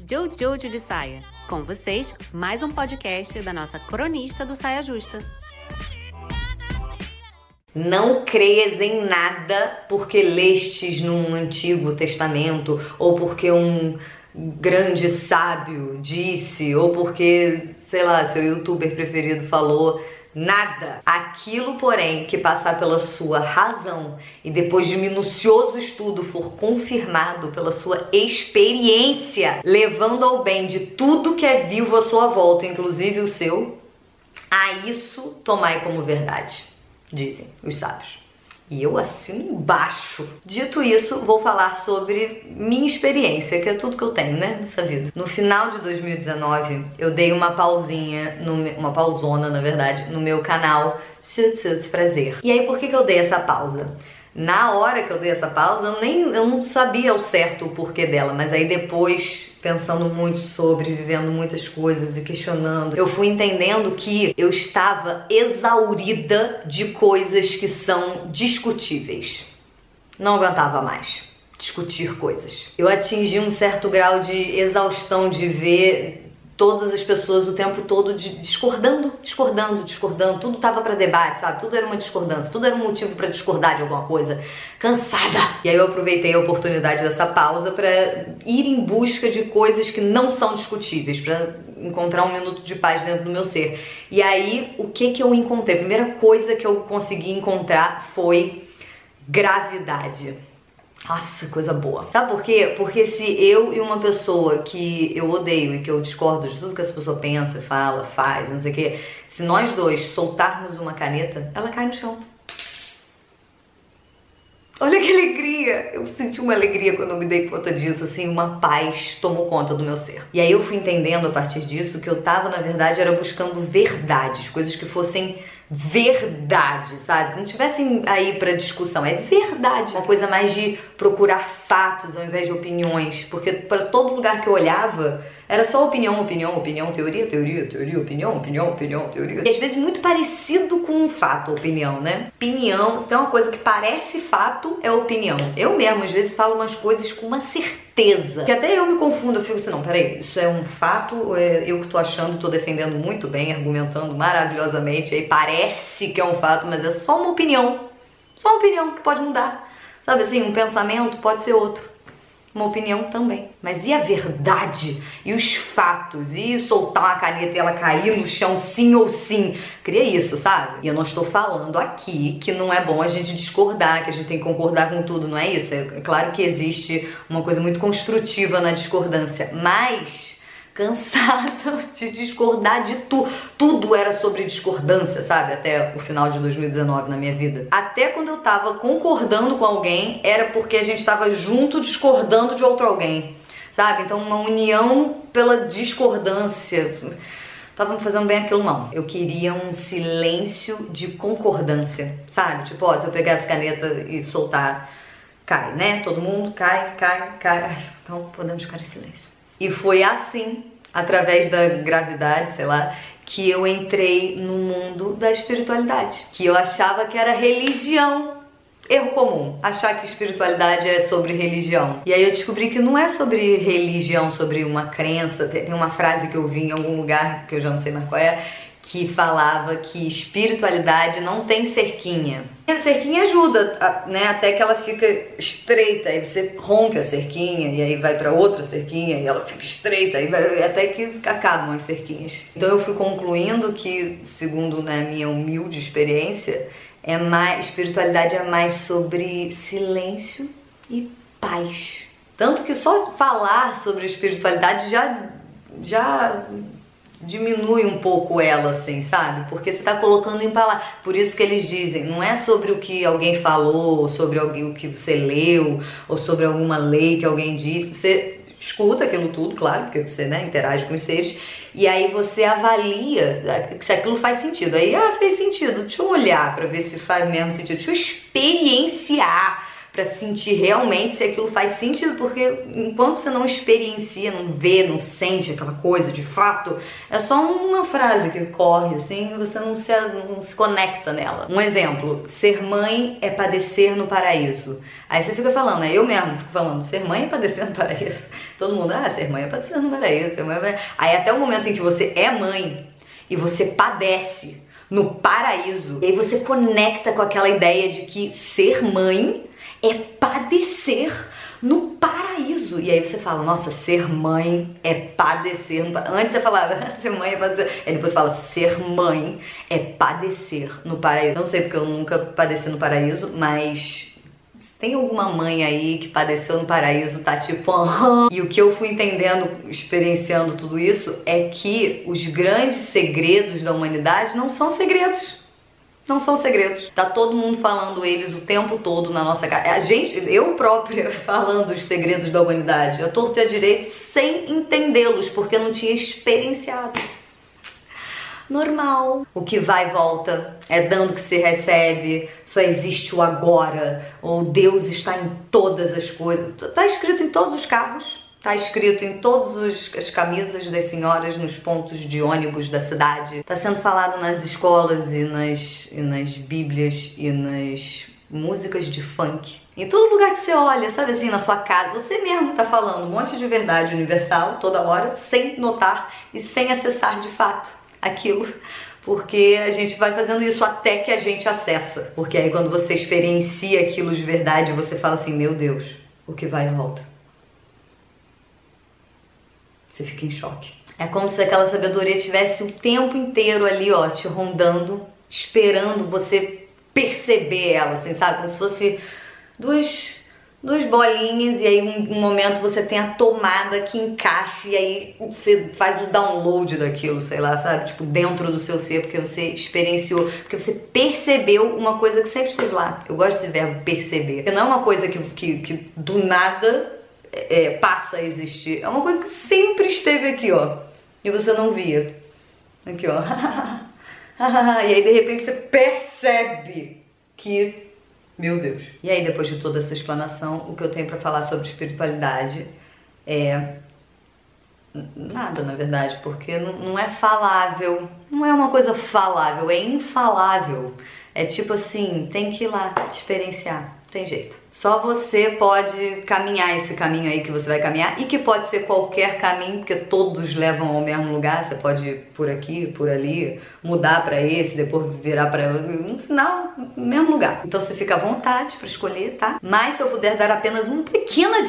Jojo de Saia. Com vocês, mais um podcast da nossa cronista do Saia Justa. Não creias em nada porque lestes num Antigo Testamento, ou porque um grande sábio disse, ou porque, sei lá, seu youtuber preferido falou. Nada. Aquilo, porém, que passar pela sua razão e depois de minucioso estudo for confirmado pela sua experiência, levando ao bem de tudo que é vivo à sua volta, inclusive o seu, a isso tomai como verdade, dizem os sábios. E eu assino embaixo. Dito isso, vou falar sobre minha experiência, que é tudo que eu tenho, né, nessa vida. No final de 2019, eu dei uma pausinha, uma pausona, na verdade, no meu canal Suits Prazer. E aí, por que eu dei essa pausa? Na hora que eu dei essa pausa, eu não sabia ao certo o porquê dela, mas aí depois, pensando muito sobre, vivendo muitas coisas e questionando, eu fui entendendo que eu estava exaurida de coisas que são discutíveis. Não aguentava mais discutir coisas. Eu atingi um certo grau de exaustão de ver todas as pessoas o tempo todo discordando, tudo tava pra debate, sabe? Tudo era uma discordância, tudo era um motivo pra discordar de alguma coisa. Cansada! E aí eu aproveitei a oportunidade dessa pausa pra ir em busca de coisas que não são discutíveis, pra encontrar um minuto de paz dentro do meu ser. E aí, o que eu encontrei? A primeira coisa que eu consegui encontrar foi gravidade. Nossa, coisa boa. Sabe por quê? Porque se eu e uma pessoa que eu odeio e que eu discordo de tudo que essa pessoa pensa, fala, faz, não sei o quê, se nós dois soltarmos uma caneta, ela cai no chão. Olha que alegria! Eu senti uma alegria quando eu me dei conta disso, assim, uma paz tomou conta do meu ser. E aí eu fui entendendo a partir disso que eu tava, na verdade, era buscando verdades, coisas que fossem verdade, sabe? Que não tivessem aí pra discussão, é verdade. Uma coisa mais de procurar fatos ao invés de opiniões, porque para todo lugar que eu olhava era só opinião, teoria, opinião, teoria. E às vezes muito parecido com um fato, opinião, né? Opinião, se tem uma coisa que parece fato, é opinião. Eu mesmo, às vezes, falo umas coisas com uma certeza, que até eu me confundo, eu fico assim, não, peraí, isso é um fato ou é eu que tô achando, tô defendendo muito bem, argumentando maravilhosamente, aí parece que é um fato, mas é só uma opinião que pode mudar. Sabe assim, um pensamento pode ser outro. Uma opinião também. Mas e a verdade? E os fatos? E soltar uma caneta e ela cair no chão sim ou sim? Queria isso, sabe? E eu não estou falando aqui que não é bom a gente discordar, que a gente tem que concordar com tudo, não é isso? É claro que existe uma coisa muito construtiva na discordância, mas cansada de discordar de tudo. Tudo era sobre discordância, sabe? Até o final de 2019 na minha vida. Até quando eu tava concordando com alguém, era porque a gente tava junto discordando de outro alguém, sabe? Então uma união pela discordância. Tava me fazendo bem aquilo, não. Eu queria um silêncio de concordância, sabe? Tipo, ó, se eu pegar essa caneta e soltar, cai, né? Todo mundo cai. Então podemos ficar em silêncio. E foi assim, através da gravidade, sei lá, que eu entrei no mundo da espiritualidade. Que eu achava que era religião. Erro comum, achar que espiritualidade é sobre religião. E aí eu descobri que não é sobre religião, sobre uma crença. Tem uma frase que eu vi em algum lugar, que eu já não sei mais qual é, que falava que espiritualidade não tem cerquinha. E a cerquinha ajuda, né, até que ela fica estreita, aí você rompe a cerquinha e aí vai pra outra cerquinha e ela fica estreita, até que acabam as cerquinhas. Então eu fui concluindo que, segundo, né, minha humilde experiência, espiritualidade é mais sobre silêncio e paz. Tanto que só falar sobre espiritualidade já diminui um pouco ela, assim, sabe? Porque você tá colocando em palavras. Por isso que eles dizem, não é sobre o que alguém falou, ou sobre o que você leu, ou sobre alguma lei que alguém disse. Você escuta aquilo tudo, claro, porque você, né, interage com os seres, e aí você avalia se aquilo faz sentido. Aí, fez sentido, deixa eu olhar pra ver se faz mesmo sentido, deixa eu experienciar pra sentir realmente se aquilo faz sentido, porque enquanto você não experiencia, não vê, não sente aquela coisa de fato, é só uma frase que corre assim, você não se conecta nela. Um exemplo, ser mãe é padecer no paraíso. Aí você fica falando, eu mesmo fico falando, ser mãe é padecer no paraíso. Todo mundo, ser mãe é padecer no paraíso, ser mãe é padecer. Aí até o momento em que você é mãe e você padece no paraíso, e aí você conecta com aquela ideia de que ser mãe é padecer no paraíso. E aí você fala, nossa, ser mãe é padecer no paraíso. Antes você falava, ser mãe é padecer. Aí depois fala, ser mãe é padecer no paraíso. Não sei porque eu nunca padeci no paraíso, mas se tem alguma mãe aí que padeceu no paraíso, tá tipo, E o que eu fui entendendo, experienciando tudo isso, é que os grandes segredos da humanidade não são segredos. Não são segredos. Tá todo mundo falando eles o tempo todo na nossa cara. Eu própria falando os segredos da humanidade, a torto e a direito, sem entendê-los, porque não tinha experienciado. Normal. O que vai e volta, é dando que se recebe, só existe o agora, ou Deus está em todas as coisas. Tá escrito em todos os carros. Tá escrito em todas as camisas das senhoras nos pontos de ônibus da cidade. Tá sendo falado nas escolas e nas bíblias e nas músicas de funk. Em todo lugar que você olha, sabe assim, na sua casa, você mesmo tá falando um monte de verdade universal toda hora, sem notar e sem acessar de fato aquilo. Porque a gente vai fazendo isso até que a gente acessa. Porque aí quando você experiencia aquilo de verdade, você fala assim, meu Deus, o que vai e volta. Você fica em choque. É como se aquela sabedoria tivesse o tempo inteiro ali, te rondando, esperando você perceber ela, assim, sabe? Como se fosse duas bolinhas e aí um momento você tem a tomada que encaixa e aí você faz o download daquilo, sei lá, sabe? Tipo, dentro do seu ser, porque você experienciou, porque você percebeu uma coisa que sempre esteve lá. Eu gosto desse verbo perceber. Porque não é uma coisa que do nada passa a existir. É uma coisa que sempre esteve aqui, e você não via. Aqui, e aí de repente você percebe que, meu Deus. E aí depois de toda essa explanação, o que eu tenho pra falar sobre espiritualidade é nada, na verdade, porque não é falável. Não é uma coisa falável, é infalável. É tipo assim, tem que ir lá experienciar. Tem jeito. Só você pode caminhar esse caminho aí que você vai caminhar, e que pode ser qualquer caminho, porque todos levam ao mesmo lugar. Você pode ir por aqui, por ali, mudar pra esse, depois virar pra... no final, mesmo lugar. Então você fica à vontade pra escolher, tá? Mas se eu puder dar apenas uma pequena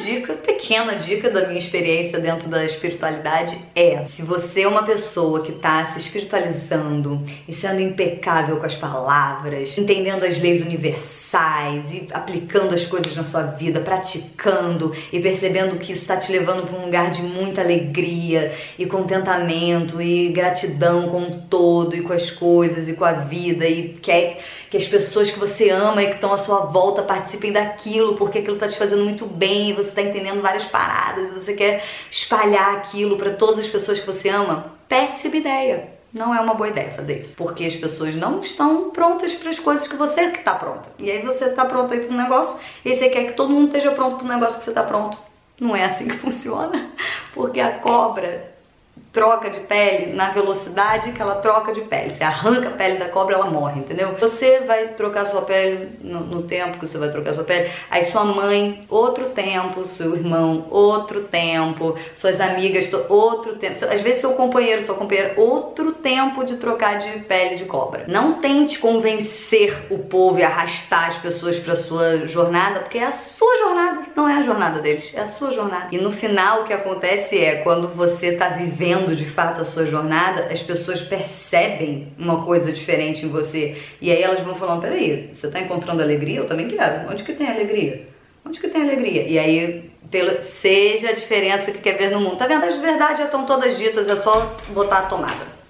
dica da minha experiência dentro da espiritualidade se você é uma pessoa que tá se espiritualizando e sendo impecável com as palavras, entendendo as leis universais e aplicando as coisas na sua vida, praticando e percebendo que isso está te levando para um lugar de muita alegria e contentamento e gratidão com o todo e com as coisas e com a vida, e quer que as pessoas que você ama e que estão à sua volta participem daquilo, porque aquilo está te fazendo muito bem e você está entendendo várias paradas e você quer espalhar aquilo para todas as pessoas que você ama. Péssima ideia. Não é uma boa ideia fazer isso, porque as pessoas não estão prontas para as coisas que você que está pronta. E aí você está pronto aí para um negócio e você quer que todo mundo esteja pronto para o negócio que você está pronto. Não é assim que funciona, porque a cobra troca de pele na velocidade que ela troca de pele. Você arranca a pele da cobra, ela morre, entendeu? Você vai trocar sua pele no tempo que você vai trocar sua pele, aí sua mãe, outro tempo, seu irmão, outro tempo, suas amigas, outro tempo, às vezes seu companheiro, sua companheira, outro tempo de trocar de pele de cobra. Não tente convencer o povo e arrastar as pessoas pra sua jornada, porque é a sua jornada, não é a jornada deles, é a sua jornada. E no final o que acontece é, quando você tá vivendo de fato a sua jornada, as pessoas percebem uma coisa diferente em você. E aí elas vão falando, peraí, você tá encontrando alegria? Eu também quero. Onde que tem alegria? Onde que tem alegria? E aí, seja a diferença que quer ver no mundo. Tá vendo? As verdades já estão todas ditas, é só botar a tomada.